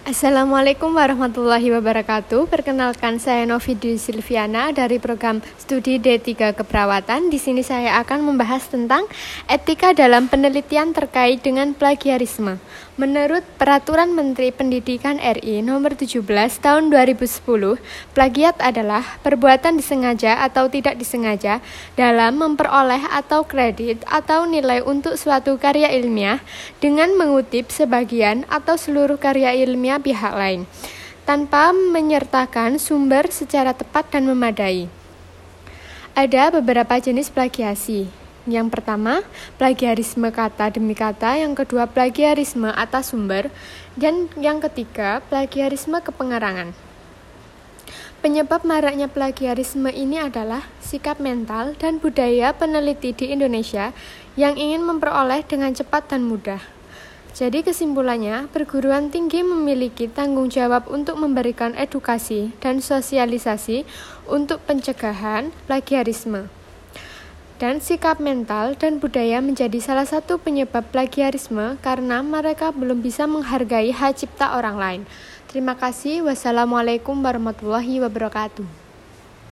Assalamualaikum warahmatullahi wabarakatuh. Perkenalkan, saya Novi Dwi Silviana dari program studi D3 Keperawatan. Di sini saya akan membahas tentang etika dalam penelitian terkait dengan plagiarisme. Menurut Peraturan Menteri Pendidikan RI Nomor 17 Tahun 2010, plagiat adalah perbuatan disengaja atau tidak disengaja dalam memperoleh atau kredit atau nilai untuk suatu karya ilmiah dengan mengutip sebagian atau seluruh karya ilmiah pihak lain tanpa menyertakan sumber secara tepat dan memadai. Ada beberapa jenis plagiasi. Yang pertama, plagiarisme kata demi kata. Yang kedua, plagiarisme atas sumber. Dan yang ketiga, plagiarisme kepengerangan. Penyebab maraknya plagiarisme ini adalah sikap mental dan budaya peneliti di Indonesia yang ingin memperoleh dengan cepat dan mudah. Jadi kesimpulannya, perguruan tinggi memiliki tanggung jawab untuk memberikan edukasi dan sosialisasi untuk pencegahan plagiarisme. Dan sikap mental dan budaya menjadi salah satu penyebab plagiarisme karena mereka belum bisa menghargai hak cipta orang lain. Terima kasih. Wassalamualaikum warahmatullahi wabarakatuh.